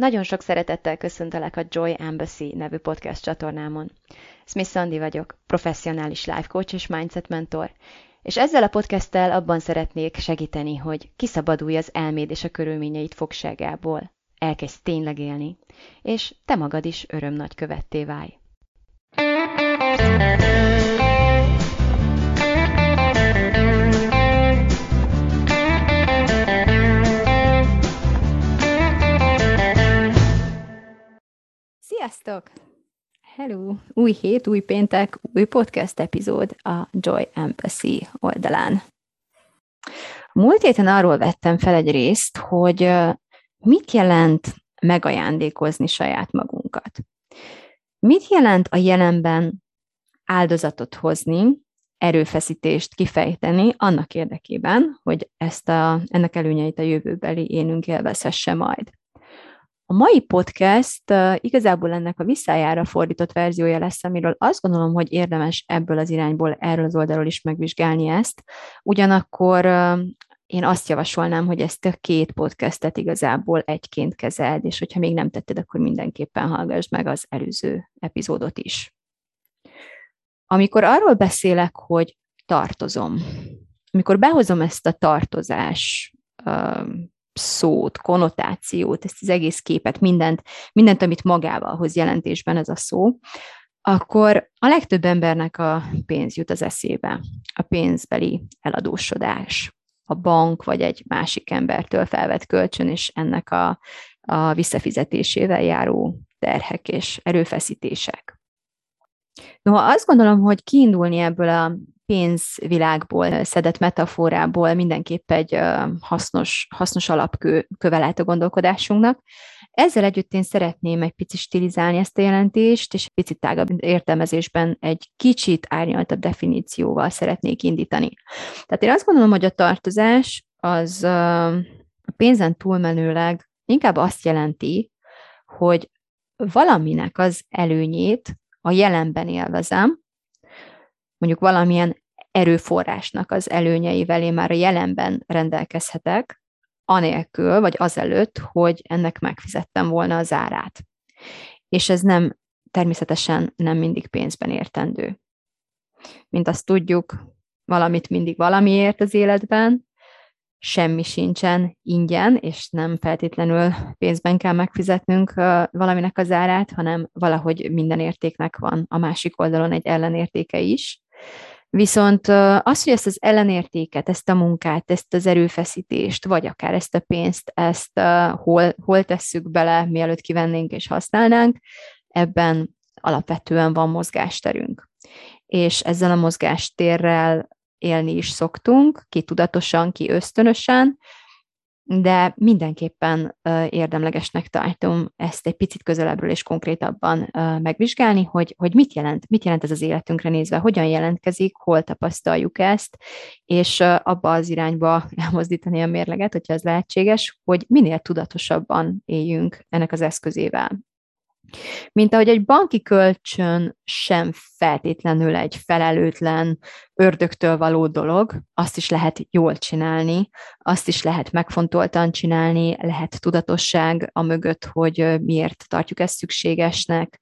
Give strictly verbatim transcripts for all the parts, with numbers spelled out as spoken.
Nagyon sok szeretettel köszöntelek a Joy Embassy nevű podcast csatornámon. Smith Andi vagyok, professzionális life coach és mindset mentor, és ezzel a podcasttel abban szeretnék segíteni, hogy kiszabadulj az elméd és a körülményeid fogságából, elkezdj tényleg élni, és te magad is örömnagykövetté válj. Sziasztok! Hello! Új hét, új péntek, új podcast epizód a Joy Embassy oldalán. Múlt héten arról vettem fel egy részt, hogy mit jelent megajándékozni saját magunkat. Mit jelent a jelenben áldozatot hozni, erőfeszítést kifejteni annak érdekében, hogy ezt a, ennek előnyeit a jövőbeli énünk élvezhesse majd. A mai podcast uh, igazából ennek a visszájára fordított verziója lesz, amiről azt gondolom, hogy érdemes ebből az irányból, erről az oldalról is megvizsgálni ezt. Ugyanakkor uh, én azt javasolnám, hogy ezt a két podcastet igazából egyként kezeld, és hogyha még nem tetted, akkor mindenképpen hallgassd meg az előző epizódot is. Amikor arról beszélek, hogy tartozom, amikor behozom ezt a tartozás uh, szót, konnotációt, ezt az egész képet, mindent, mindent, amit magával hoz jelentésben ez a szó, akkor a legtöbb embernek a pénz jut az eszébe. A pénzbeli eladósodás, a bank vagy egy másik embertől felvett kölcsön, és ennek a, a visszafizetésével járó terhek és erőfeszítések. Noha azt gondolom, hogy kiindulni ebből a pénzvilágból szedett metaforából mindenképp egy hasznos, hasznos alapköve lehet a gondolkodásunknak. Ezzel együtt én szeretném egy picit stilizálni ezt a jelentést, és egy picit tágabb értelmezésben egy kicsit árnyaltabb definícióval szeretnék indítani. Tehát én azt gondolom, hogy a tartozás az a pénzen túlmenőleg inkább azt jelenti, hogy valaminek az előnyét a jelenben élvezem, mondjuk valamilyen erőforrásnak az előnyeivel én már a jelenben rendelkezhetek, anélkül, vagy azelőtt, hogy ennek megfizettem volna az árát. És ez nem, természetesen nem mindig pénzben értendő. Mint azt tudjuk, valamit mindig valamiért az életben, semmi sincsen ingyen, és nem feltétlenül pénzben kell megfizetnünk valaminek az árát, hanem valahogy minden értéknek van a másik oldalon egy ellenértéke is. Viszont az, hogy ezt az ellenértéket, ezt a munkát, ezt az erőfeszítést, vagy akár ezt a pénzt, ezt hol, hol tesszük bele, mielőtt kivennénk és használnánk, ebben alapvetően van mozgásterünk. És ezzel a mozgástérrel élni is szoktunk, ki tudatosan, ki ösztönösen, de mindenképpen uh, érdemlegesnek tartom ezt egy picit közelebbről és konkrétabban uh, megvizsgálni, hogy, hogy mit jelent, mit jelent ez az életünkre nézve, hogyan jelentkezik, hol tapasztaljuk ezt, és uh, abba az irányba elmozdítani a mérleget, hogyha ez lehetséges, hogy minél tudatosabban éljünk ennek az eszközével. Mint ahogy egy banki kölcsön sem feltétlenül egy felelőtlen, ördögtől való dolog, azt is lehet jól csinálni, azt is lehet megfontoltan csinálni, lehet tudatosság amögött, hogy miért tartjuk ezt szükségesnek,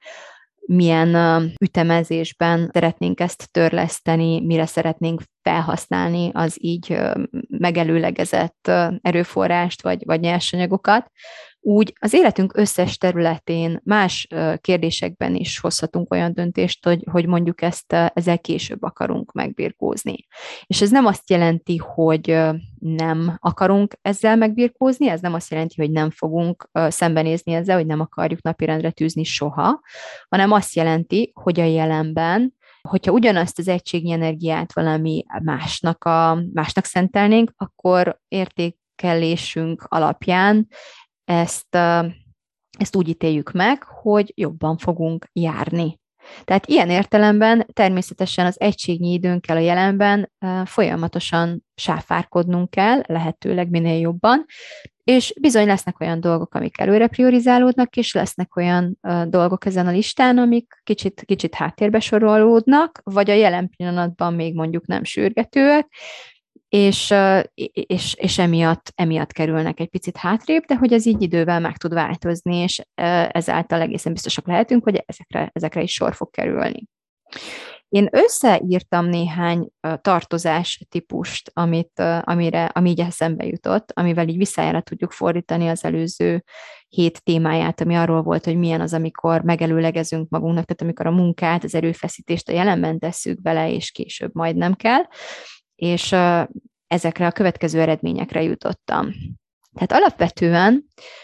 milyen ütemezésben szeretnénk ezt törleszteni, mire szeretnénk felhasználni az így megelőlegezett erőforrást vagy, vagy nyersanyagokat. Úgy az életünk összes területén, más kérdésekben is hozhatunk olyan döntést, hogy, hogy mondjuk ezt ezzel később akarunk megbirkózni. És ez nem azt jelenti, hogy nem akarunk ezzel megbirkózni, ez nem azt jelenti, hogy nem fogunk szembenézni ezzel, hogy nem akarjuk napirendre tűzni soha, hanem azt jelenti, hogy a jelenben, hogyha ugyanazt az egységnyi energiát valami másnak, a, másnak szentelnénk, akkor értékelésünk alapján Ezt, ezt úgy ítéljük meg, hogy jobban fogunk járni. Tehát ilyen értelemben természetesen az egységnyi időnkkel a jelenben folyamatosan sáfárkodnunk kell, lehetőleg minél jobban, és bizony lesznek olyan dolgok, amik előre priorizálódnak, és lesznek olyan dolgok ezen a listán, amik kicsit, kicsit háttérbe sorolódnak, vagy a jelen pillanatban még mondjuk nem sürgetőek, és, és, és emiatt, emiatt kerülnek egy picit hátrébb, de hogy ez így idővel meg tud változni, és ezáltal egészen biztosak lehetünk, hogy ezekre, ezekre is sor fog kerülni. Én összeírtam néhány tartozás típust, amit, amire, ami így eszembe jutott, amivel így visszájára tudjuk fordítani az előző hét témáját, ami arról volt, hogy milyen az, amikor megelőlegezünk magunknak, tehát amikor a munkát, az erőfeszítést a jelenben tesszük bele, és később majd nem kell, és ezekre a következő eredményekre jutottam. Tehát alapvetően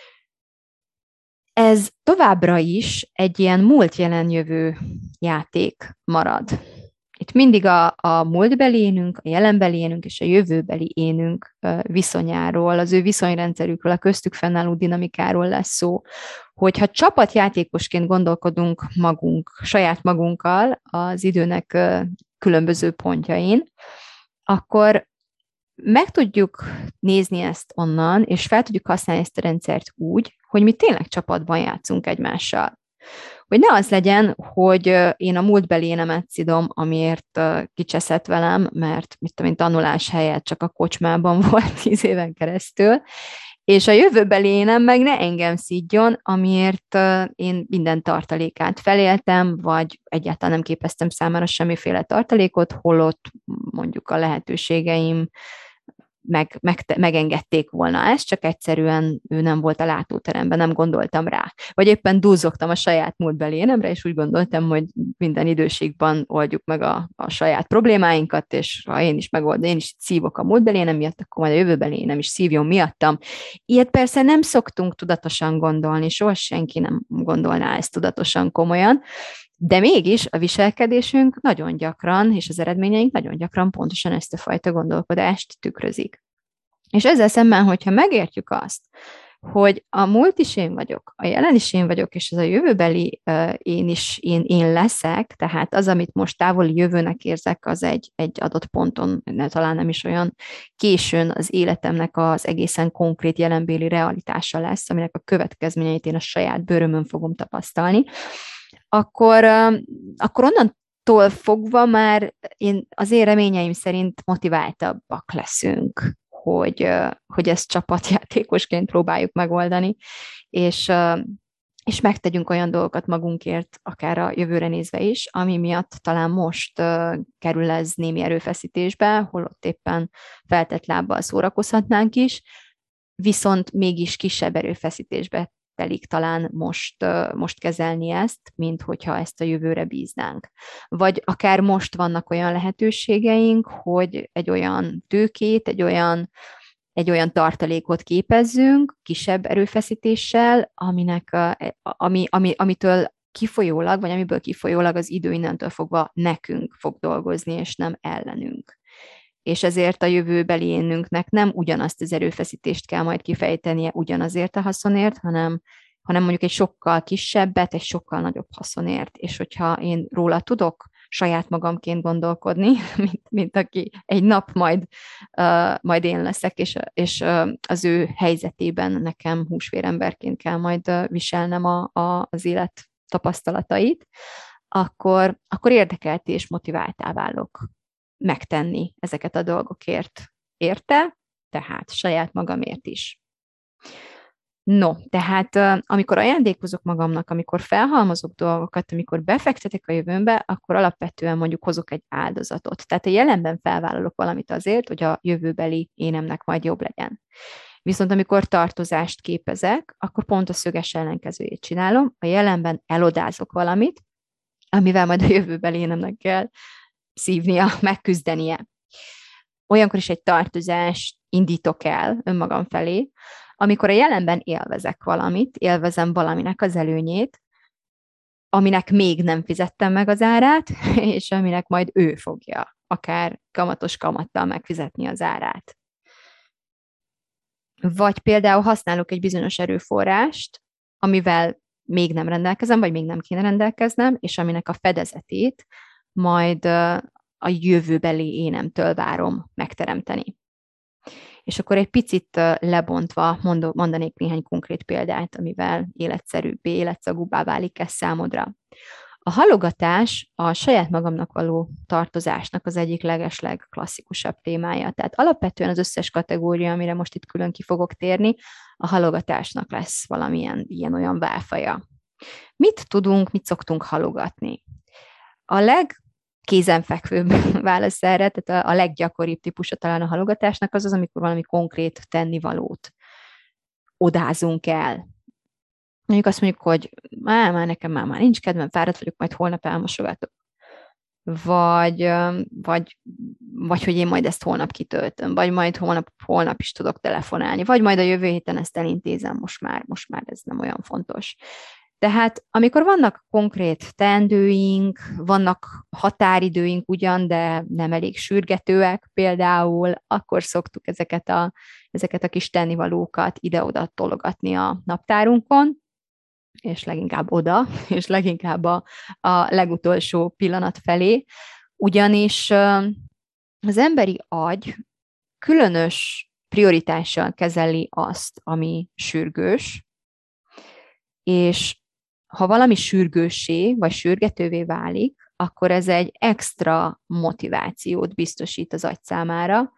ez továbbra is egy ilyen múlt-jelen-jövő játék marad. Itt mindig a, a múltbeli énünk, a jelenbeli énünk és a jövőbeli énünk viszonyáról, az ő viszonyrendszerükről, a köztük fennálló dinamikáról lesz szó. Hogyha csapatjátékosként gondolkodunk magunk, saját magunkkal az időnek különböző pontjain, akkor meg tudjuk nézni ezt onnan, és fel tudjuk használni ezt a rendszert úgy, hogy mi tényleg csapatban játszunk egymással. Hogy ne az legyen, hogy én a múltbeli énemet szidom, amiért kicseszett velem, mert mit tudom én, tanulás helyett csak a kocsmában volt tíz éven keresztül, és a jövőbeli énem meg ne engem szidjon, amiért én minden tartalékát feléltem, vagy egyáltalán nem képeztem számára semmiféle tartalékot, holott mondjuk a lehetőségeim meg, meg, megengedték volna ezt, csak egyszerűen ő nem volt a látóteremben, nem gondoltam rá. Vagy éppen dúzzogtam a saját múltbeli énemre, és úgy gondoltam, hogy minden időségben oldjuk meg a, a saját problémáinkat, és ha én is megoldom, én is szívok a múltbeli énem miatt, akkor majd a jövőbeli énem is szívjon miattam. Ilyet persze nem szoktunk tudatosan gondolni, soha senki nem gondolná ezt tudatosan komolyan, de mégis a viselkedésünk nagyon gyakran, és az eredményeink nagyon gyakran pontosan ezt a fajta gondolkodást tükrözik. És ezzel szemben, hogyha megértjük azt, hogy a múlt is én vagyok, a jelen is én vagyok, és ez a jövőbeli uh, én is én, én leszek, tehát az, amit most távoli jövőnek érzek, az egy, egy adott ponton, ne, talán nem is olyan későn az életemnek az egészen konkrét jelenbéli realitása lesz, aminek a következményeit én a saját bőrömön fogom tapasztalni, akkor, akkor onnantól fogva már én az én reményeim szerint motiváltabbak leszünk, hogy, hogy ezt csapatjátékosként próbáljuk megoldani, és, és megtegyünk olyan dolgokat magunkért, akár a jövőre nézve is, ami miatt talán most kerül ez némi erőfeszítésbe, holott éppen feltett lábbal szórakozhatnánk is, viszont mégis kisebb erőfeszítésbe telik talán most, most kezelni ezt, mint hogyha ezt a jövőre bíznánk. Vagy akár most vannak olyan lehetőségeink, hogy egy olyan tőkét, egy olyan, egy olyan tartalékot képezzünk kisebb erőfeszítéssel, aminek, ami, ami, amitől kifolyólag, vagy amiből kifolyólag az idő innentől fogva nekünk fog dolgozni, és nem ellenünk. És ezért a jövőbeli énünknek nem ugyanazt az erőfeszítést kell majd kifejtenie ugyanazért a haszonért, hanem, hanem mondjuk egy sokkal kisebbet, egy sokkal nagyobb haszonért. És hogyha én róla tudok saját magamként gondolkodni, mint, mint aki egy nap majd, uh, majd én leszek, és, és uh, az ő helyzetében nekem húsvéremberként kell majd uh, viselnem a, a, az élet tapasztalatait, akkor, akkor érdekelté és motiváltá válok megtenni ezeket a dolgokért. Érte? Tehát saját magamért is. No, tehát amikor ajándékozok magamnak, amikor felhalmozok dolgokat, amikor befektetek a jövőmbe, akkor alapvetően mondjuk hozok egy áldozatot. Tehát a jelenben felvállalok valamit azért, hogy a jövőbeli énemnek majd jobb legyen. Viszont amikor tartozást képezek, akkor pont a szöges ellenkezőjét csinálom. A jelenben elodázok valamit, amivel majd a jövőbeli énemnek kell szívnia, megküzdenie. Olyankor is egy tartozást indítok el önmagam felé, amikor a jelenben élvezek valamit, élvezem valaminek az előnyét, aminek még nem fizettem meg az árát, és aminek majd ő fogja akár kamatos kamattal megfizetni az árát. Vagy például használok egy bizonyos erőforrást, amivel még nem rendelkezem, vagy még nem kéne rendelkeznem, és aminek a fedezetét majd a jövőbeli énemtől várom megteremteni. És akkor egy picit lebontva mondanék néhány konkrét példát, amivel életszerűbbé, életszagúbbá válik ez számodra. A halogatás a saját magamnak való tartozásnak az egyik legesleg klasszikusabb témája. Tehát alapvetően az összes kategória, amire most itt külön ki fogok térni, a halogatásnak lesz valamilyen ilyen-olyan válfaja. Mit tudunk, mit szoktunk halogatni? A legkézenfekvőbb válasz erre, tehát a, a leggyakoribb típusa talán a halogatásnak az az, amikor valami konkrét tennivalót odázunk el. Mondjuk azt mondjuk, hogy már, már nekem már, már nincs kedvem, fáradt vagyok, majd holnap elmosogatok. Vagy, vagy, vagy hogy én majd ezt holnap kitöltöm, vagy majd holnap, holnap is tudok telefonálni, vagy majd a jövő héten ezt elintézem, most már, most már ez nem olyan fontos. Tehát amikor vannak konkrét teendőink, vannak határidőink ugyan, de nem elég sürgetőek például, akkor szoktuk ezeket a, ezeket a kis tennivalókat ide-oda tologatni a naptárunkon, és leginkább oda, és leginkább a, a legutolsó pillanat felé, ugyanis az emberi agy különös prioritással kezeli azt, ami sürgős, és ha valami sürgőssé vagy sürgetővé válik, akkor ez egy extra motivációt biztosít az agy számára,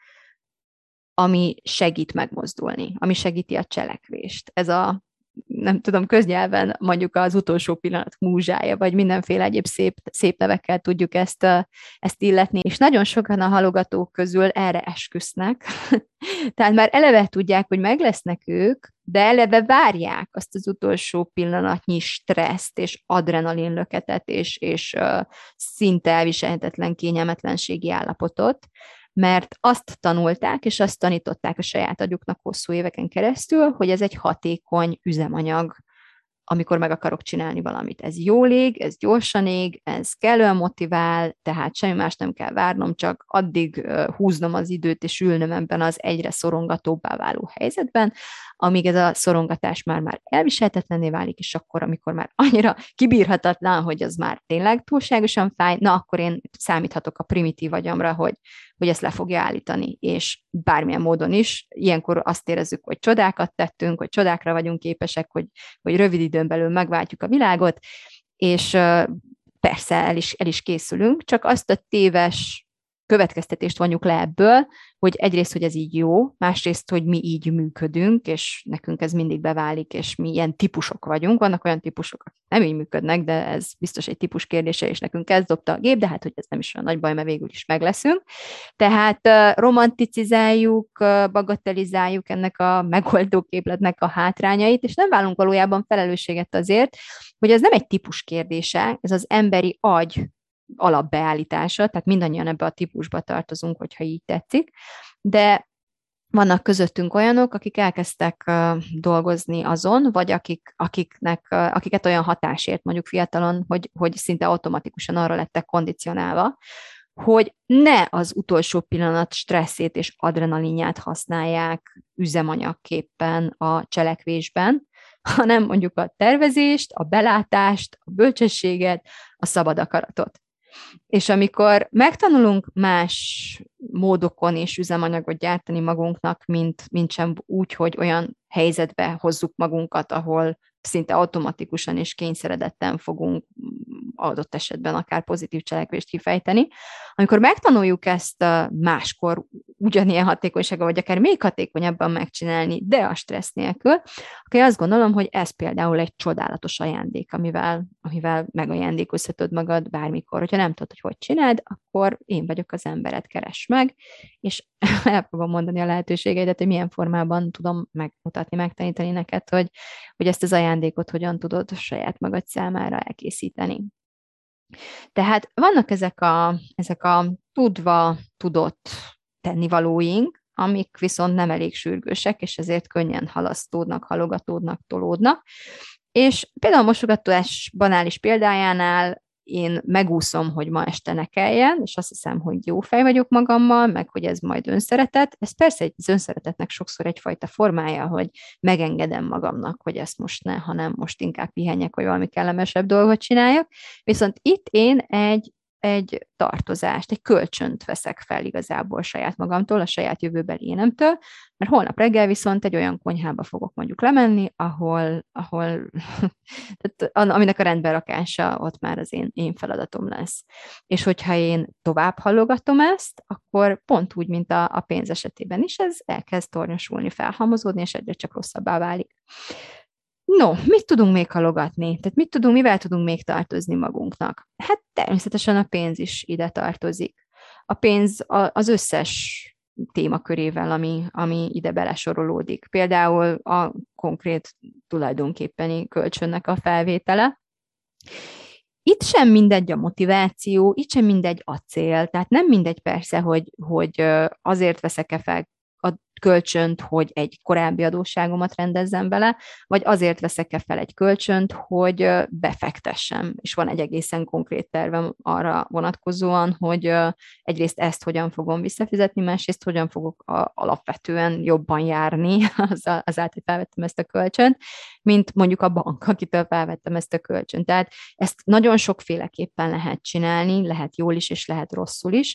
ami segít megmozdulni, ami segíti a cselekvést. Ez a, nem tudom, köznyelven mondjuk az utolsó pillanat múzsája, vagy mindenféle egyéb szép, szép nevekkel tudjuk ezt, ezt illetni, és nagyon sokan a halogatók közül erre esküsznek. Tehát már eleve tudják, hogy meg lesznek ők, de eleve várják azt az utolsó pillanatnyi stresszt, és adrenalinlöketet, és, és uh, szinte elviselhetetlen kényelmetlenségi állapotot, mert azt tanulták, és azt tanították a saját agyuknak hosszú éveken keresztül, hogy ez egy hatékony üzemanyag, amikor meg akarok csinálni valamit. Ez jól ég, ez gyorsan ég, ez kellően motivál, tehát semmi más nem kell várnom, csak addig húznom az időt, és ülnöm ebben az egyre szorongatóbbá váló helyzetben, amíg ez a szorongatás már-már elviselhetetlenné válik, és akkor, amikor már annyira kibírhatatlan, hogy az már tényleg túlságosan fáj, na akkor én számíthatok a primitív agyamra, hogy, hogy ezt le fogja állítani, és bármilyen módon is, ilyenkor azt érezzük, hogy csodákat tettünk, hogy csodákra vagyunk képesek, hogy, hogy rövid időn belül megváltjuk a világot, és persze el is, el is készülünk, csak azt a téves következtetést vonjuk le ebből, hogy egyrészt, hogy ez így jó, másrészt, hogy mi így működünk, és nekünk ez mindig beválik, és mi ilyen típusok vagyunk. Vannak olyan típusok, akik nem így működnek, de ez biztos egy típus kérdése, és nekünk ez dobta a gép, de hát, hogy ez nem is olyan nagy baj, mert végül is meg leszünk. Tehát romanticizáljuk, bagatelizáljuk ennek a megoldóképletnek a hátrányait, és nem válunk valójában felelősséget azért, hogy ez nem egy típus kérdése, ez az emberi agy alapbeállítása, tehát mindannyian ebbe a típusba tartozunk, hogyha így tetszik, de vannak közöttünk olyanok, akik elkezdtek uh, dolgozni azon, vagy akik, akiknek, uh, akiket olyan hatásért mondjuk fiatalon, hogy, hogy szinte automatikusan arra lettek kondicionálva, hogy ne az utolsó pillanat stresszét és adrenalinját használják üzemanyagképpen a cselekvésben, hanem mondjuk a tervezést, a belátást, a bölcsességet, a szabad akaratot. És amikor megtanulunk más módokon és üzemanyagot gyártani magunknak, mint, mint sem úgy, hogy olyan helyzetbe hozzuk magunkat, ahol szinte automatikusan és kényszeredetten fogunk adott esetben akár pozitív cselekvést kifejteni. Amikor megtanuljuk ezt máskor ugyanilyen hatékonysággal, vagy akár még hatékonyabban megcsinálni, de a stressz nélkül, akkor azt gondolom, hogy ez például egy csodálatos ajándék, amivel, amivel megajándékozhatod magad bármikor. Hogyha nem tudod, hogy hogy csináld, akkor én vagyok az embered, keres meg, és el fogom mondani a lehetőségeidet, hogy milyen formában tudom megmutatni, megtanítani neked, hogy, hogy ezt az ajándékot hogyan tudod saját magad számára elkészíteni. Tehát vannak ezek a, ezek a tudva, tudott tennivalóink, amik viszont nem elég sürgősek, és ezért könnyen halasztódnak, halogatódnak, tolódnak. És például a mosogatás banális példájánál én megúszom, hogy ma este ne kelljen, és azt hiszem, hogy jó fej vagyok magammal, meg hogy ez majd önszeretet. Ez persze egy, az önszeretetnek sokszor egyfajta formája, hogy megengedem magamnak, hogy ezt most ne, hanem most inkább pihenjek, hogy valami kellemesebb dolgot csináljak. Viszont itt én egy egy tartozást, egy kölcsönt veszek fel igazából saját magamtól, a saját jövőbeli énemtől, mert holnap reggel viszont egy olyan konyhába fogok mondjuk lemenni, ahol, ahol tehát, aminek a rendberakása ott már az én, én feladatom lesz. És hogyha én tovább hallogatom ezt, akkor pont úgy, mint a, a pénz esetében is, ez elkezd tornyosulni, felhalmozódni, és egyre csak rosszabbá válik. No, mit tudunk még halogatni? Tehát mit tudunk, mivel tudunk még tartozni magunknak? Hát természetesen a pénz is ide tartozik. A pénz az összes témakörével, ami, ami ide belesorolódik. Például a konkrét tulajdonképpeni kölcsönnek a felvétele. Itt sem mindegy a motiváció, itt sem mindegy a cél, tehát nem mindegy persze, hogy, hogy azért veszek-e fel a kölcsönt, hogy egy korábbi adósságomat rendezzem bele, vagy azért veszek-e fel egy kölcsönt, hogy befektessem. És van egy egészen konkrét tervem arra vonatkozóan, hogy egyrészt ezt hogyan fogom visszafizetni, másrészt hogyan fogok alapvetően jobban járni azáltal, hogy felvettem ezt a kölcsönt, mint mondjuk a bank, akitől felvettem ezt a kölcsönt. Tehát ezt nagyon sokféleképpen lehet csinálni, lehet jól is, és lehet rosszul is,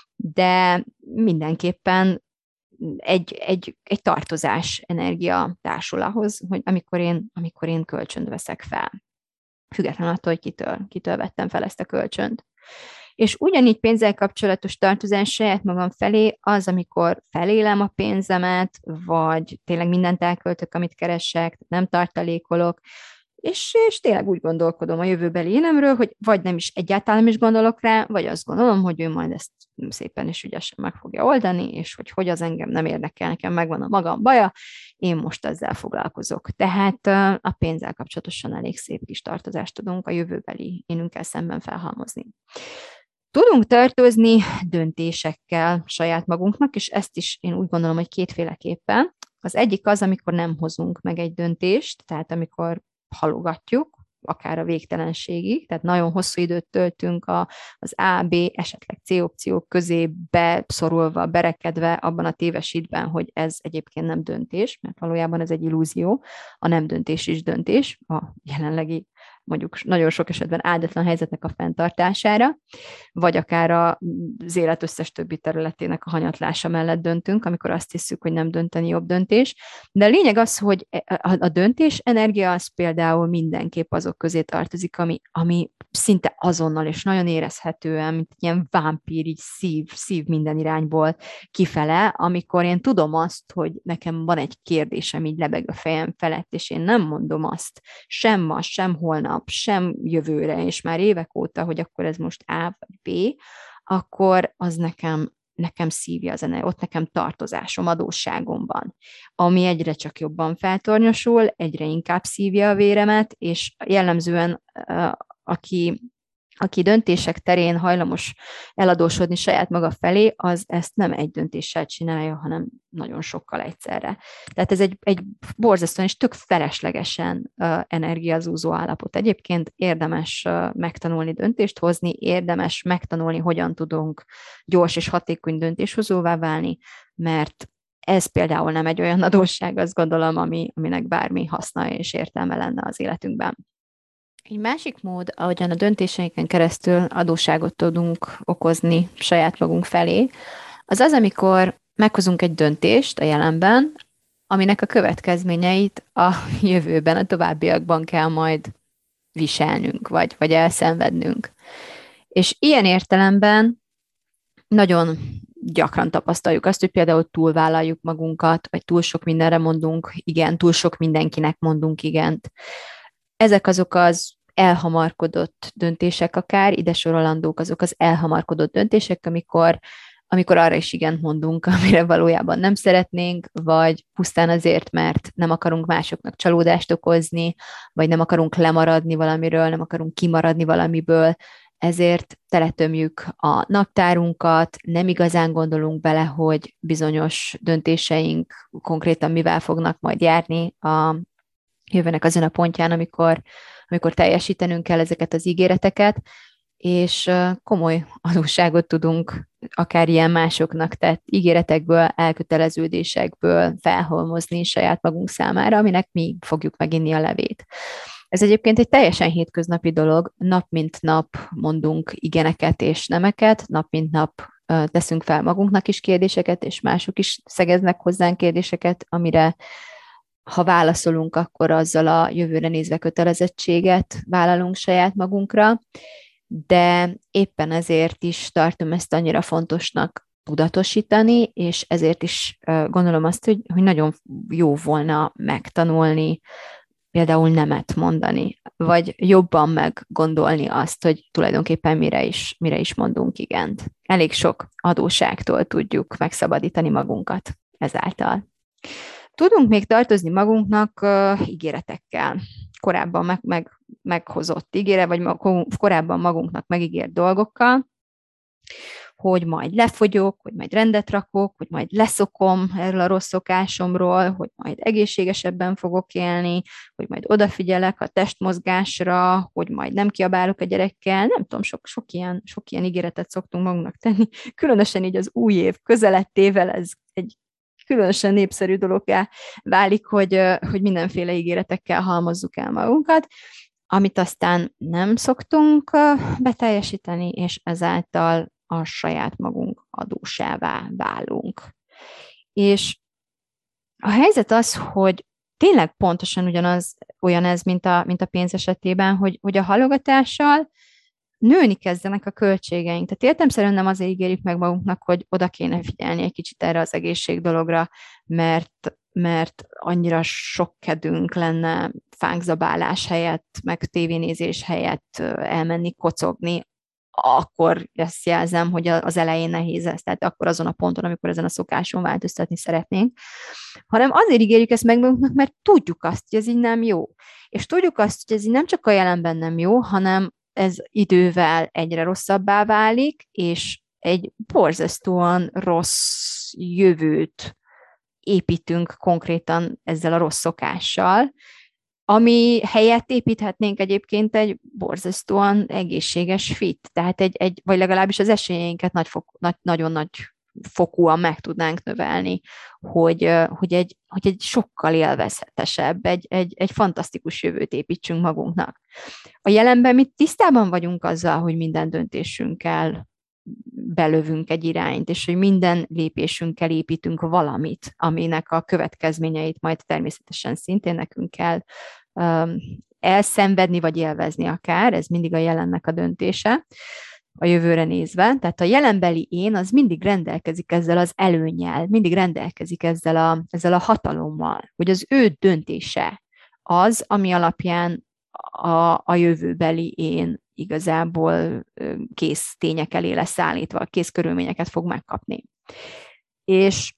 de mindenképpen Egy, egy, egy tartozás energia társul ahhoz, hogy amikor én, amikor én kölcsönt veszek fel. Függetlenül attól, hogy kitől, kitől vettem fel ezt a kölcsönt. És ugyanígy pénzzel kapcsolatos tartozás saját magam felé az, amikor felélem a pénzemet, vagy tényleg mindent elköltök, amit keresek, nem tartalékolok, és, és tényleg úgy gondolkodom a jövőbeli énemről, hogy vagy nem is egyáltalán nem is gondolok rá, vagy azt gondolom, hogy ő majd ezt szépen és ügyesen meg fogja oldani, és hogy hogy az engem nem érdekel, nekem megvan a magam baja, én most ezzel foglalkozok. Tehát a pénzzel kapcsolatosan elég szép kis tartozást tudunk a jövőbeli énünkkel szemben felhalmozni. Tudunk tartozni döntésekkel saját magunknak, és ezt is én úgy gondolom, hogy kétféleképpen. Az egyik az, amikor nem hozunk meg egy döntést, tehát amikor halogatjuk, akár a végtelenségig, tehát nagyon hosszú időt töltünk a, az A, B, esetleg C opciók közé beszorulva, berekedve abban a téves hitben, hogy ez egyébként nem döntés, mert valójában ez egy illúzió, a nem döntés is döntés, a jelenlegi mondjuk nagyon sok esetben áldatlan helyzetnek a fenntartására, vagy akár az élet összes többi területének a hanyatlása mellett döntünk, amikor azt hiszük, hogy nem dönteni jobb döntés. De a lényeg az, hogy a döntés energia az például mindenképp azok közé tartozik, ami, ami szinte azonnal és nagyon érezhetően, mint ilyen vámpír, így szív, szív minden irányból kifele, amikor én tudom azt, hogy nekem van egy kérdésem, így lebeg a fejem felett, és én nem mondom azt sem ma, sem holnap, sem jövőre, és már évek óta, hogy akkor ez most A vagy B, akkor az nekem, nekem szívja az energia, ott nekem tartozásom, adósságom van, ami egyre csak jobban feltornyosul, egyre inkább szívja a véremet, és jellemzően aki aki döntések terén hajlamos eladósodni saját maga felé, az ezt nem egy döntéssel csinálja, hanem nagyon sokkal egyszerre. Tehát ez egy, egy borzasztóan és tök feleslegesen uh, energiazúzó állapot. Egyébként érdemes uh, megtanulni döntést hozni, érdemes megtanulni, hogyan tudunk gyors és hatékony döntéshozóvá válni, mert ez például nem egy olyan adósság, azt gondolom, ami, aminek bármi haszna és értelme lenne az életünkben. Egy másik mód, ahogyan a döntéseinken keresztül adósságot tudunk okozni saját magunk felé, az az, amikor meghozunk egy döntést a jelenben, aminek a következményeit a jövőben, a továbbiakban kell majd viselnünk, vagy, vagy elszenvednünk. És ilyen értelemben nagyon gyakran tapasztaljuk azt, hogy például túlvállaljuk magunkat, vagy túl sok mindenre mondunk igen, túl sok mindenkinek mondunk igent. Ezek azok az elhamarkodott döntések akár, ide sorolandók azok az elhamarkodott döntések, amikor, amikor arra is igent mondunk, amire valójában nem szeretnénk, vagy pusztán azért, mert nem akarunk másoknak csalódást okozni, vagy nem akarunk lemaradni valamiről, nem akarunk kimaradni valamiből, ezért teletömjük a naptárunkat, nem igazán gondolunk bele, hogy bizonyos döntéseink konkrétan mivel fognak majd járni a jövőnek azon a pontján, amikor, amikor teljesítenünk kell ezeket az ígéreteket, és komoly adósságot tudunk akár ilyen másoknak tett ígéretekből, elköteleződésekből felhalmozni saját magunk számára, aminek mi fogjuk meginni a levét. Ez egyébként egy teljesen hétköznapi dolog, nap mint nap mondunk igeneket és nemeket, nap mint nap teszünk fel magunknak is kérdéseket, és mások is szegeznek hozzánk kérdéseket, amire ha válaszolunk, akkor azzal a jövőre nézve kötelezettséget vállalunk saját magunkra, de éppen ezért is tartom ezt annyira fontosnak tudatosítani, és ezért is gondolom azt, hogy, hogy nagyon jó volna megtanulni, például nemet mondani, vagy jobban meggondolni azt, hogy tulajdonképpen mire is, mire is mondunk igent. Elég sok adósságtól tudjuk megszabadítani magunkat ezáltal. Tudunk még tartozni magunknak uh, ígéretekkel, korábban meg, meg, meghozott ígére, vagy mag, korábban magunknak megígért dolgokkal, hogy majd lefogyok, hogy majd rendet rakok, hogy majd leszokom erről a rossz szokásomról, hogy majd egészségesebben fogok élni, hogy majd odafigyelek a testmozgásra, hogy majd nem kiabálok a gyerekkel. Nem tudom, sok, sok, ilyen, sok ilyen ígéretet szoktunk magunknak tenni. Különösen így az új év közelettével ez egy különösen népszerű dologgá válik, hogy, hogy mindenféle ígéretekkel halmozzuk el magunkat, amit aztán nem szoktunk beteljesíteni, és ezáltal a saját magunk adósává válunk. És a helyzet az, hogy tényleg pontosan ugyanaz, olyan ez, mint a, mint a pénz esetében, hogy, hogy a halogatással nőni kezdenek a költségeink. Tehát értelemszerűen nem azért ígérjük meg magunknak, hogy oda kéne figyelni egy kicsit erre az egészség dologra, mert, mert annyira sok kedünk lenne fánkzabálás helyett, meg tévénézés helyett elmenni kocogni, akkor ezt jelzem, hogy az elején nehéz ez, tehát akkor azon a ponton, amikor ezen a szokáson változtatni szeretnénk, hanem azért ígérjük ezt meg magunknak, mert tudjuk azt, hogy ez így nem jó. És tudjuk azt, hogy ez így nem csak a jelenben nem jó, hanem ez idővel egyre rosszabbá válik, és egy borzasztóan rossz jövőt építünk konkrétan ezzel a rossz szokással, ami helyett építhetnénk egyébként egy borzasztóan egészséges fit, tehát egy, egy vagy legalábbis az esélyeinket nagy fok, nagy, nagyon nagy fokúan meg tudnánk növelni, hogy, hogy, egy, hogy egy sokkal élvezhetesebb, egy, egy, egy fantasztikus jövőt építsünk magunknak. A jelenben mi tisztában vagyunk azzal, hogy minden döntésünkkel belövünk egy irányt, és hogy minden lépésünkkel építünk valamit, aminek a következményeit majd természetesen szintén nekünk kell um, elszenvedni, vagy élvezni akár, ez mindig a jelennek a döntése, a jövőre nézve. Tehát a jelenbeli én az mindig rendelkezik ezzel az előnnyel, mindig rendelkezik ezzel a, ezzel a hatalommal, hogy az ő döntése az, ami alapján a, a jövőbeli én igazából kész tények elé lesz állítva, kész körülményeket fog megkapni. És,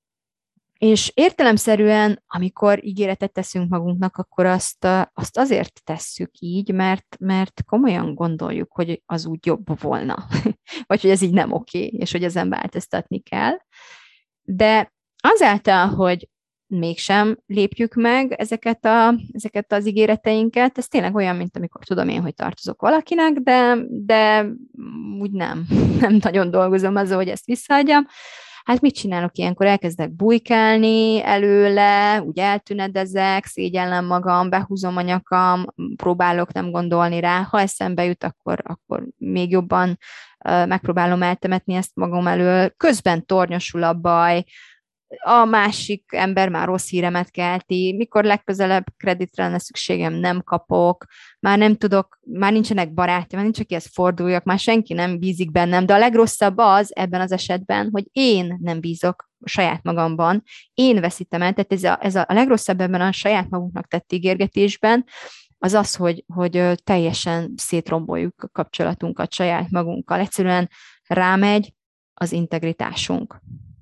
és értelemszerűen, amikor ígéretet teszünk magunknak, akkor azt, azt azért tesszük így, mert, mert komolyan gondoljuk, hogy az úgy jobb volna, vagy hogy ez így nem oké, és hogy ezen változtatni kell. De azáltal, hogy mégsem lépjük meg ezeket, a, ezeket az ígéreteinket, ez tényleg olyan, mint amikor tudom én, hogy tartozok valakinek, de, de úgy nem, nem nagyon dolgozom azzal, hogy ezt visszaadjam. Hát mit csinálok ilyenkor? Elkezdek bujkálni előle, úgy eltünedezek, szégyellem magam, behúzom a nyakam, próbálok nem gondolni rá. Ha eszembe jut, akkor, akkor még jobban uh, megpróbálom eltemetni ezt magam elől. Közben tornyosul a baj, a másik ember már rossz híremet kelti, mikor legközelebb kreditre lenne szükségem, nem kapok, már nem tudok, már nincsenek barátaim, már nincs akihez forduljak, már senki nem bízik bennem, de a legrosszabb az ebben az esetben, hogy én nem bízok saját magamban, én veszítem el, tehát ez a, ez a legrosszabb ebben a saját magunknak tett ígérgetésben, az az, hogy, hogy teljesen szétromboljuk a kapcsolatunkat saját magunkkal, egyszerűen rámegy az integritásunk.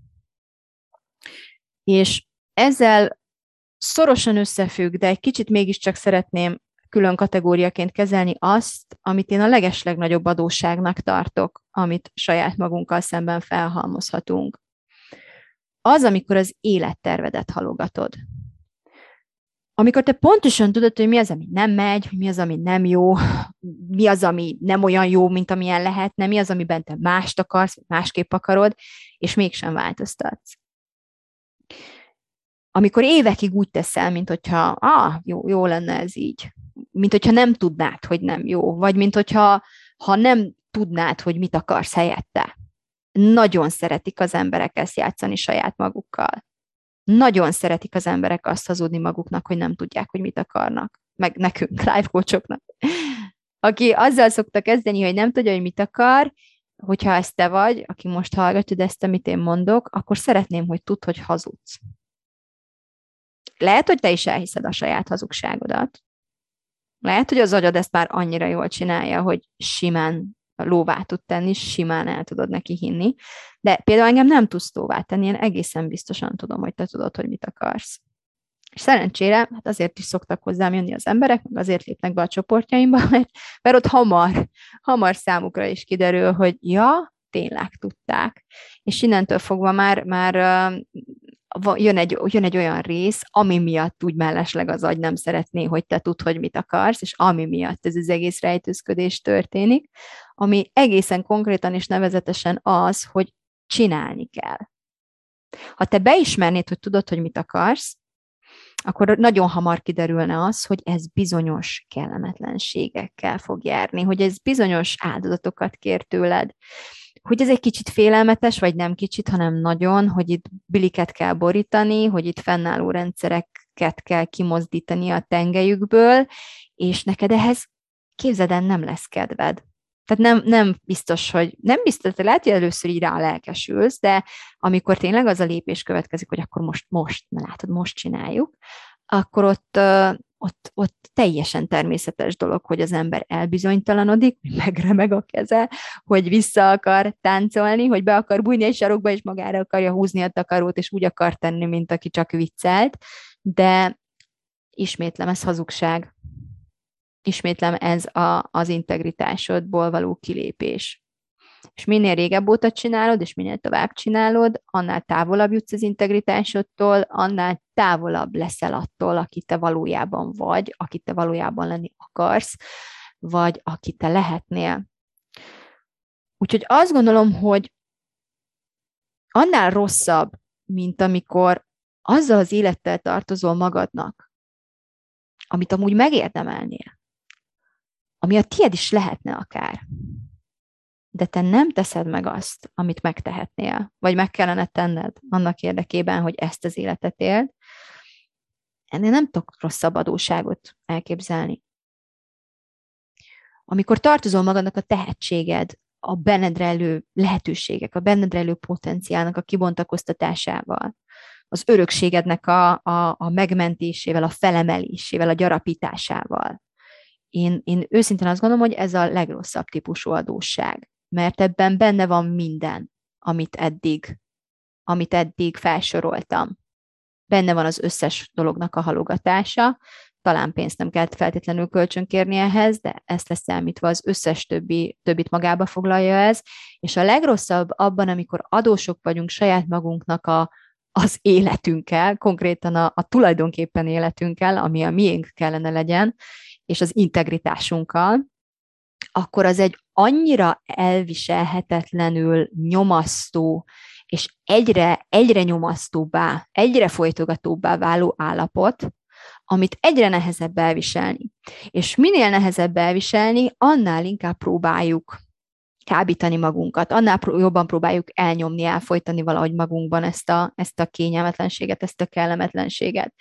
És ezzel szorosan összefügg, de egy kicsit mégiscsak szeretném külön kategóriaként kezelni azt, amit én a legeslegnagyobb adósságnak tartok, amit saját magunkkal szemben felhalmozhatunk. Az, amikor az élettervedet halogatod. Amikor te pontosan tudod, hogy mi az, ami nem megy, mi az, ami nem jó, mi az, ami nem olyan jó, mint amilyen lehetne, mi az, amiben te mást akarsz, másképp akarod, és mégsem változtatsz. Amikor évekig úgy teszel, mint hogyha ah, jó, jó lenne ez így. mint hogyha nem tudnád, hogy nem jó, vagy mint hogyha ha nem tudnád, hogy mit akarsz helyette. Nagyon szeretik az emberek ezt játszani saját magukkal. Nagyon szeretik az emberek azt hazudni maguknak, hogy nem tudják, hogy mit akarnak. Meg nekünk, life coachoknak. Aki azzal szokta kezdeni, hogy nem tudja, hogy mit akar, hogyha ezt te vagy, aki most hallgatod ezt, amit én mondok, akkor szeretném, hogy tudd, hogy hazudsz. Lehet, hogy te is elhiszed a saját hazugságodat. Lehet, hogy az agyad ezt már annyira jól csinálja, hogy simán lóvá tud tenni, simán el tudod neki hinni, de például engem nem tudsz lóvá tenni, én egészen biztosan tudom, hogy te tudod, hogy mit akarsz. És szerencsére, hát azért is szoktak hozzám jönni az emberek, meg azért lépnek be a csoportjaimba, mert, mert ott hamar, hamar számukra is kiderül, hogy ja, tényleg tudták. És innentől fogva már, már jön egy, jön egy olyan rész, ami miatt úgy mellesleg az agy nem szeretné, hogy te tudd, hogy mit akarsz, és ami miatt ez az egész rejtőzködés történik, ami egészen konkrétan és nevezetesen az, hogy csinálni kell. Ha te beismernéd, hogy tudod, hogy mit akarsz, akkor nagyon hamar kiderülne az, hogy ez bizonyos kellemetlenségekkel fog járni, hogy ez bizonyos áldozatokat kér tőled, hogy ez egy kicsit félelmetes, vagy nem kicsit, hanem nagyon, hogy itt biliket kell borítani, hogy itt fennálló rendszereket kell kimozdítani a tengelyükből, és neked ehhez képzeld, nem lesz kedved. Tehát nem, nem biztos, hogy nem biztos, hogy lehet, hogy először így rá lelkesülsz, de amikor tényleg az a lépés következik, hogy akkor most, most, na látod, most csináljuk, akkor ott, ott, ott teljesen természetes dolog, hogy az ember elbizonytalanodik, megremeg a keze, hogy vissza akar táncolni, hogy be akar bújni egy sarokba, és magára akarja húzni a takarót, és úgy akar tenni, mint aki csak viccelt, de ismétlem, ez hazugság. Ismétlem, ez a, az integritásodból való kilépés. És minél régebb óta csinálod, és minél tovább csinálod, annál távolabb jutsz az integritásodtól, annál távolabb leszel attól, aki te valójában vagy, aki te valójában lenni akarsz, vagy aki te lehetnél. Úgyhogy azt gondolom, hogy annál rosszabb, mint amikor azzal az élettel tartozol magadnak, amit amúgy megérdemelnél, ami a tiéd is lehetne akár, de te nem teszed meg azt, amit megtehetnél, vagy meg kellene tenned annak érdekében, hogy ezt az életet éld, ennél nem tudok rosszabb adósságot elképzelni. Amikor tartozol magadnak a tehetséged, a benned rejlő lehetőségek, a benned rejlő potenciálnak a kibontakoztatásával, az örökségednek a, a, a megmentésével, a felemelésével, a gyarapításával. Én, én őszintén azt gondolom, hogy ez a legrosszabb típusú adósság, mert ebben benne van minden, amit eddig, amit eddig felsoroltam. Benne van az összes dolognak a halogatása, talán pénzt nem kell feltétlenül kölcsönkérni ehhez, de ezt leszámítva az összes többi, többit magába foglalja ez, és a legrosszabb abban, amikor adósok vagyunk saját magunknak a, az életünkkel, konkrétan a, a tulajdonképpen életünkkel, ami a miénk kellene legyen, és az integritásunkkal, akkor az egy annyira elviselhetetlenül nyomasztó, és egyre, egyre nyomasztóbbá, egyre folytogatóbbá váló állapot, amit egyre nehezebb elviselni. És minél nehezebb elviselni, annál inkább próbáljuk kábítani magunkat, annál jobban próbáljuk elnyomni, elfolytani valahogy magunkban ezt a, ezt a kényelmetlenséget, ezt a kellemetlenséget.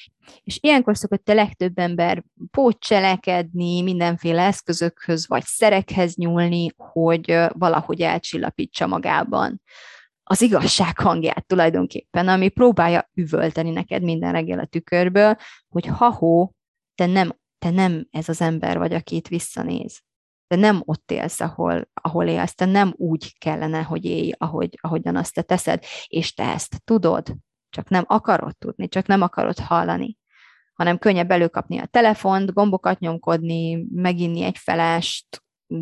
És ilyenkor szokott a legtöbb ember pótcselekedni, mindenféle eszközökhöz vagy szerekhez nyúlni, hogy valahogy elcsillapítsa magában az igazság hangját tulajdonképpen, ami próbálja üvölteni neked minden reggel a tükörből, hogy ha-hó, te nem, te nem ez az ember vagy, aki itt visszanéz. Te nem ott élsz, ahol, ahol élsz, te nem úgy kellene, hogy élj, ahogy, ahogyan azt te teszed, és te ezt tudod, csak nem akarod tudni, csak nem akarod hallani, hanem könnyebb előkapni a telefont, gombokat nyomkodni, meginni egy felest,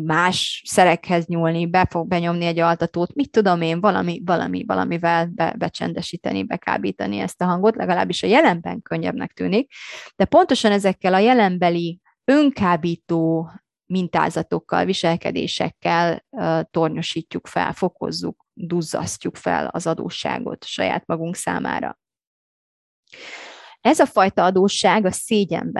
más szerekhez nyúlni, be fog benyomni egy altatót, mit tudom én, valami, valami, valamivel be, becsendesíteni, bekábítani ezt a hangot, legalábbis a jelenben könnyebbnek tűnik, de pontosan ezekkel a jelenbeli önkábító mintázatokkal, viselkedésekkel uh, tornyosítjuk fel, fokozzuk, duzzasztjuk fel az adósságot saját magunk számára. Ez a fajta adósság a szégyenben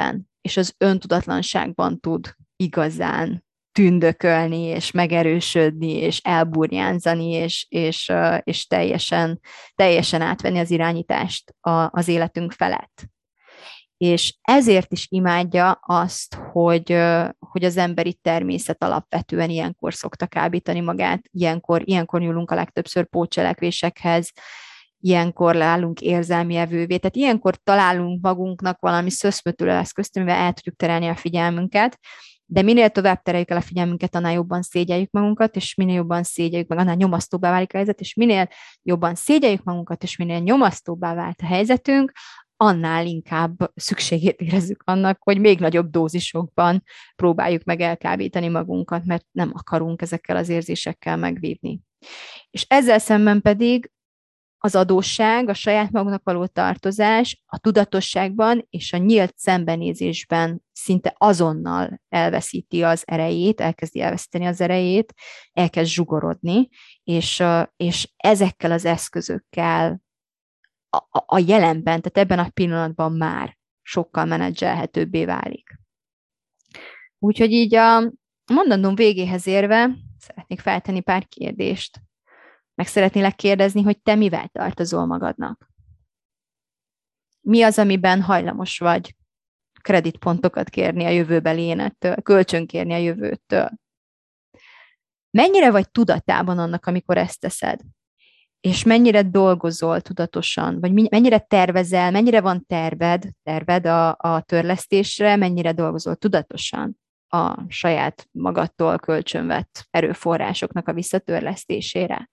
és az öntudatlanságban tud igazán tündökölni, és megerősödni, és elburjánzani, és, és, és teljesen, teljesen átvenni az irányítást a, az életünk felett. És ezért is imádja azt, hogy, hogy az emberi természet alapvetően ilyenkor szokta kábítani magát, ilyenkor, ilyenkor nyúlunk a legtöbbször pótcselekvésekhez, ilyenkor leállunk érzelmi evővé, tehát ilyenkor találunk magunknak valami szöszmötülő eszközt, amivel el tudjuk terelni a figyelmünket, de minél tovább tereljük el a figyelmünket, annál jobban szégyeljük magunkat, és minél jobban szégyeljük meg, annál nyomasztóbbá válik a helyzet, és minél jobban szégyeljük magunkat, és minél nyomasztóbbá vált a helyzetünk, annál inkább szükségét érezzük annak, hogy még nagyobb dózisokban próbáljuk meg elkábítani magunkat, mert nem akarunk ezekkel az érzésekkel megvívni. És ezzel szemben pedig az adósság, a saját magunknak való tartozás a tudatosságban és a nyílt szembenézésben szinte azonnal elveszíti az erejét, elkezdi elveszíteni az erejét, elkezd zsugorodni, és, és ezekkel az eszközökkel a, a jelenben, tehát ebben a pillanatban már sokkal menedzselhetőbbé válik. Úgyhogy így a mondandóm végéhez érve szeretnék feltenni pár kérdést. Meg szeretnélek kérdezni, hogy te mivel tartozol magadnak? Mi az, amiben hajlamos vagy kreditpontokat kérni a jövőbeli énettől, kölcsönkérni a jövőtől? Mennyire vagy tudatában annak, amikor ezt teszed? És mennyire dolgozol tudatosan? Vagy mennyire tervezel, mennyire van terved, terved a, a törlesztésre, mennyire dolgozol tudatosan a saját magadtól kölcsönvett erőforrásoknak a visszatörlesztésére?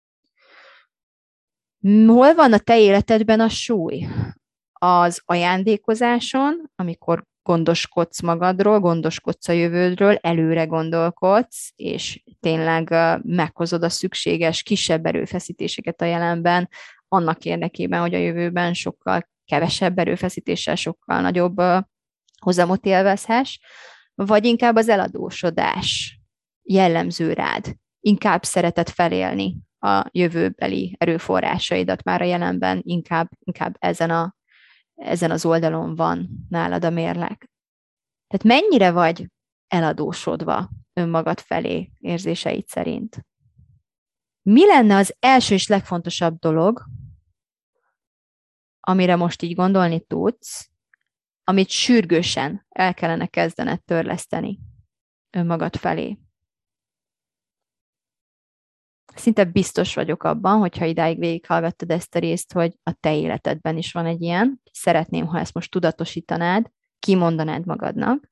Hol van a te életedben a súly? Az ajándékozáson, amikor gondoskodsz magadról, gondoskodsz a jövődről, előre gondolkodsz, és tényleg meghozod a szükséges kisebb erőfeszítéseket a jelenben, annak érdekében, hogy a jövőben sokkal kevesebb erőfeszítéssel, sokkal nagyobb hozamot élvezhess, vagy inkább az eladósodás jellemző rád, inkább szereted felélni a jövőbeli erőforrásaidat már a jelenben, inkább, inkább ezen, a, ezen az oldalon van nálad a mérleg. Tehát mennyire vagy eladósodva önmagad felé érzéseid szerint? Mi lenne az első és legfontosabb dolog, amire most így gondolni tudsz, amit sürgősen el kellene kezdened törleszteni önmagad felé? Szinte biztos vagyok abban, hogyha idáig végighallgattad ezt a részt, hogy a te életedben is van egy ilyen. Szeretném, ha ezt most tudatosítanád, kimondanád magadnak.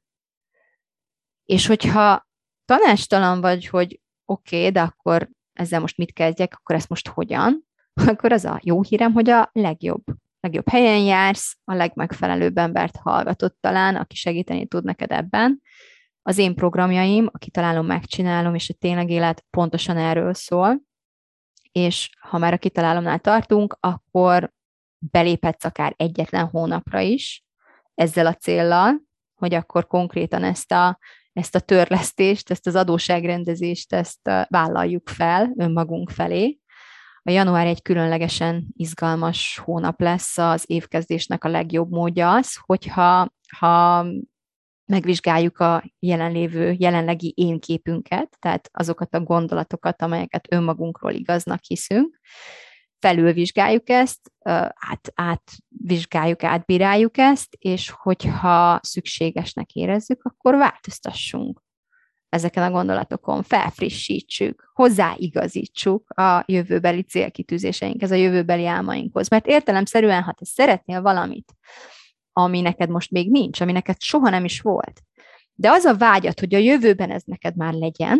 És hogyha tanácstalan vagy, hogy oké, okay, de akkor ezzel most mit kezdjek, akkor ezt most hogyan, akkor az a jó hírem, hogy a legjobb, legjobb helyen jársz, a legmegfelelőbb embert hallgatod talán, aki segíteni tud neked ebben. Az én programjaim, a Kitalálom, Megcsinálom, és a Tényleg Élet pontosan erről szól, és ha már a Kitalálomnál tartunk, akkor beléphetsz akár egyetlen hónapra is ezzel a céllal, hogy akkor konkrétan ezt a, ezt a törlesztést, ezt az adósságrendezést, ezt vállaljuk fel önmagunk felé. A január egy különlegesen izgalmas hónap lesz, az évkezdésnek a legjobb módja az, hogyha ha megvizsgáljuk a jelenlévő, jelenlegi én képünket, tehát azokat a gondolatokat, amelyeket önmagunkról igaznak hiszünk, felülvizsgáljuk ezt, át, átvizsgáljuk, átbíráljuk ezt, és hogyha szükségesnek érezzük, akkor változtassunk ezeken a gondolatokon, felfrissítsük, hozzáigazítsuk a jövőbeli célkitűzéseinkhez, a jövőbeli álmainkhoz. Mert értelemszerűen, ha te szeretnél valamit, ami neked most még nincs, ami neked soha nem is volt, de az a vágyat, hogy a jövőben ez neked már legyen,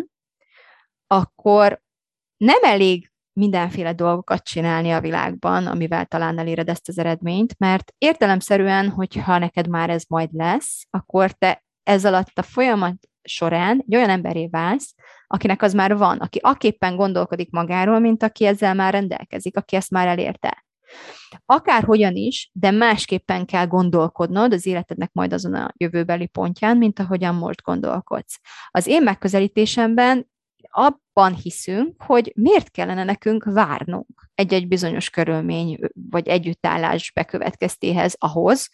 akkor nem elég mindenféle dolgokat csinálni a világban, amivel talán eléred ezt az eredményt, mert értelemszerűen, hogyha neked már ez majd lesz, akkor te ez alatt a folyamat során egy olyan emberré válsz, akinek az már van, aki aképpen gondolkodik magáról, mint aki ezzel már rendelkezik, aki ezt már elérte. Akárhogyan is, de másképpen kell gondolkodnod az életednek majd azon a jövőbeli pontján, mint ahogyan most gondolkodsz. Az én megközelítésemben abban hiszünk, hogy miért kellene nekünk várnunk egy-egy bizonyos körülmény vagy együttállás bekövetkeztéhez ahhoz,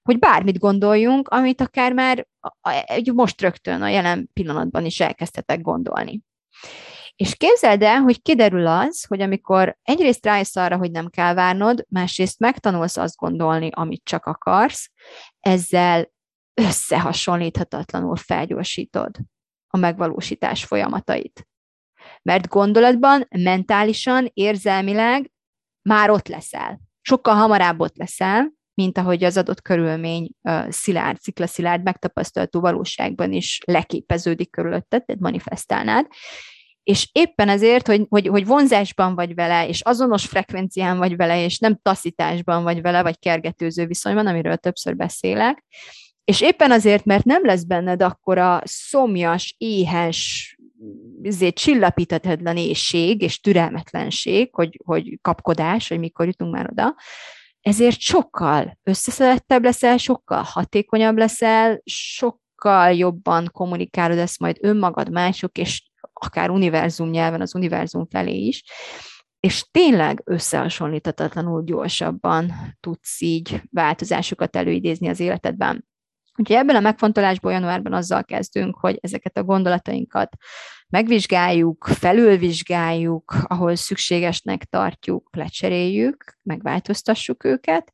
hogy bármit gondoljunk, amit akár már most rögtön a jelen pillanatban is elkezdhetek gondolni. És képzeld el, hogy kiderül az, hogy amikor egyrészt rájössz arra, hogy nem kell várnod, másrészt megtanulsz azt gondolni, amit csak akarsz, ezzel összehasonlíthatatlanul felgyorsítod a megvalósítás folyamatait. Mert gondolatban, mentálisan, érzelmileg már ott leszel. Sokkal hamarabb ott leszel, mint ahogy az adott körülmény uh, szilárd, sziklaszilárd, megtapasztalható valóságban is leképeződik körülötted, tehát manifestálnád. És éppen ezért, hogy, hogy, hogy vonzásban vagy vele, és azonos frekvencián vagy vele, és nem taszításban vagy vele, vagy kergetőző viszonyban, amiről többször beszélek, és éppen azért, mert nem lesz benned akkora szomjas, éhes, ezért csillapíthatatlan éhség és türelmetlenség, hogy, hogy kapkodás, hogy mikor jutunk már oda, ezért sokkal összeszedettebb leszel, sokkal hatékonyabb leszel, sokkal jobban kommunikálod ezt majd önmagad, mások, és akár univerzum nyelven az univerzum felé is, és tényleg összehasonlíthatatlanul gyorsabban tudsz így változásokat előidézni az életedben. Úgyhogy ebben a megfontolásból januárban azzal kezdünk, hogy ezeket a gondolatainkat megvizsgáljuk, felülvizsgáljuk, ahol szükségesnek tartjuk, lecseréljük, megváltoztassuk őket,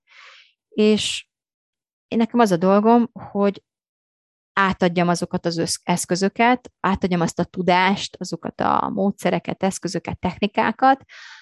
és én nekem az a dolgom, hogy átadjam azokat az eszközöket, átadjam azt a tudást, azokat a módszereket, eszközöket, technikákat,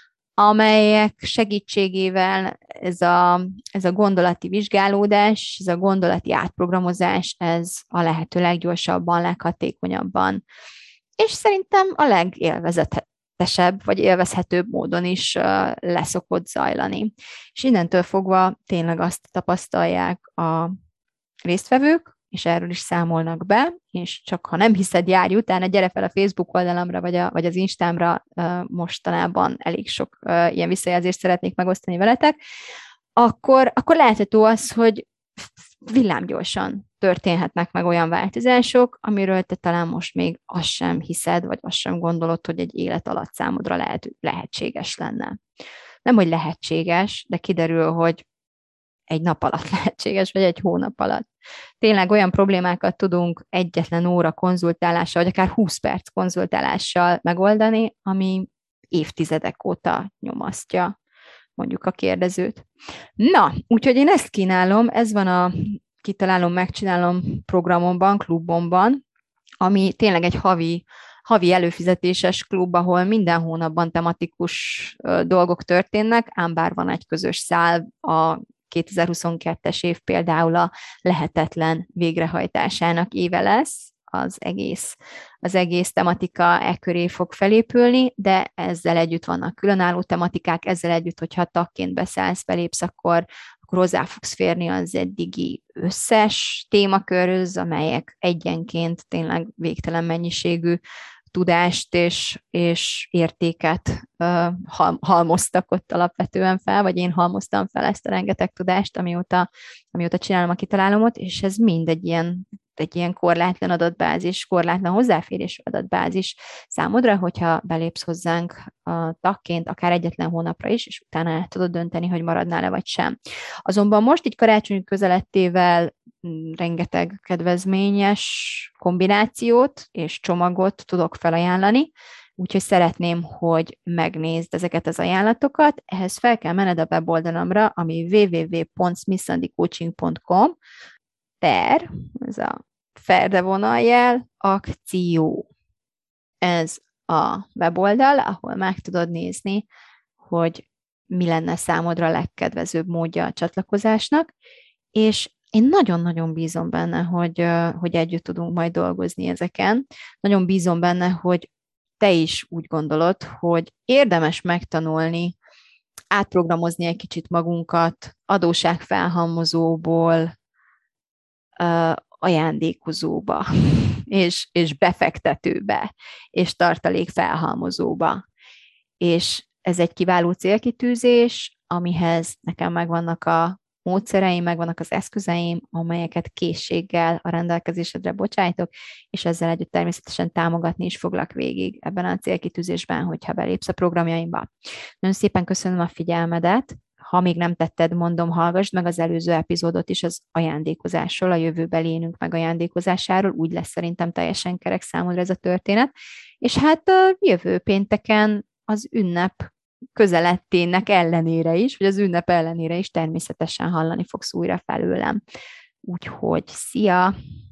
amelyek segítségével ez a, ez a gondolati vizsgálódás, ez a gondolati átprogramozás, ez a lehető leggyorsabban, leghatékonyabban, és szerintem a legélvezetesebb, vagy élvezhetőbb módon is leszokott zajlani. És innentől fogva tényleg azt tapasztalják a résztvevők, és erről is számolnak be, és csak ha nem hiszed, járj utána, gyere fel a Facebook oldalamra, vagy, a, vagy az Instámra, mostanában elég sok ilyen visszajelzést szeretnék megosztani veletek, akkor, akkor lehethető az, hogy villámgyorsan történhetnek meg olyan változások, amiről te talán most még azt sem hiszed, vagy azt sem gondolod, hogy egy élet alatt számodra lehet, lehetséges lenne. Nem, hogy lehetséges, de kiderül, hogy egy nap alatt lehetséges, vagy egy hónap alatt. Tényleg olyan problémákat tudunk egyetlen óra konzultálással, vagy akár húsz perc konzultálással megoldani, ami évtizedek óta nyomasztja mondjuk a kérdezőt. Na, úgyhogy én ezt kínálom, ez van a kitalálom, megcsinálom programomban, klubomban, ami tényleg egy havi, havi előfizetéses klub, ahol minden hónapban tematikus dolgok történnek, ám bár van egy közös szál, a kétezer-huszonkettes év például a lehetetlen végrehajtásának éve lesz, az egész, az egész tematika e köré fog felépülni, de ezzel együtt vannak különálló tematikák, ezzel együtt, hogyha tagként beszállsz, belépsz, akkor, akkor hozzá fogsz férni az eddigi összes témakörhöz, amelyek egyenként tényleg végtelen mennyiségű tudást és, és értéket uh, hal, halmoztak ott alapvetően fel, vagy én halmoztam fel ezt a rengeteg tudást, amióta, amióta csinálom a kitalálomot, és ez mind egy ilyen, egy ilyen korlátlan adatbázis, korlátlan hozzáférés adatbázis számodra, hogyha belépsz hozzánk a tagként, akár egyetlen hónapra is, és utána el tudod dönteni, hogy maradnál-e vagy sem. Azonban most így karácsony közelettével rengeteg kedvezményes kombinációt és csomagot tudok felajánlani, úgyhogy szeretném, hogy megnézd ezeket az ajánlatokat. Ehhez fel kell menned a weboldalamra, ami double-u double-u double-u pont smithsandycoaching pont com per, ez a ferdevonal akció. Ez a weboldal, ahol meg tudod nézni, hogy mi lenne számodra a legkedvezőbb módja a csatlakozásnak, és én nagyon-nagyon bízom benne, hogy, hogy együtt tudunk majd dolgozni ezeken. Nagyon bízom benne, hogy te is úgy gondolod, hogy érdemes megtanulni, átprogramozni egy kicsit magunkat adósságfelhalmozóból uh, ajándékozóba, és, és befektetőbe, és tartalékfelhalmozóba. És ez egy kiváló célkitűzés, amihez nekem megvannak a módszereim, megvannak az eszközeim, amelyeket készséggel a rendelkezésedre bocsájtok, és ezzel együtt természetesen támogatni is foglak végig ebben a célkitűzésben, hogyha belépsz a programjaimba. Nagyon szépen köszönöm a figyelmedet, Ha még nem tetted, mondom, hallgassd meg az előző epizódot is az ajándékozásról, a jövőbeli énünk meg ajándékozásáról, úgy lesz szerintem teljesen kerek számodra ez a történet. És hát a jövő pénteken az ünnep közelettének ellenére is, vagy az ünnep ellenére is természetesen hallani fogsz újra felőlem. Úgyhogy szia!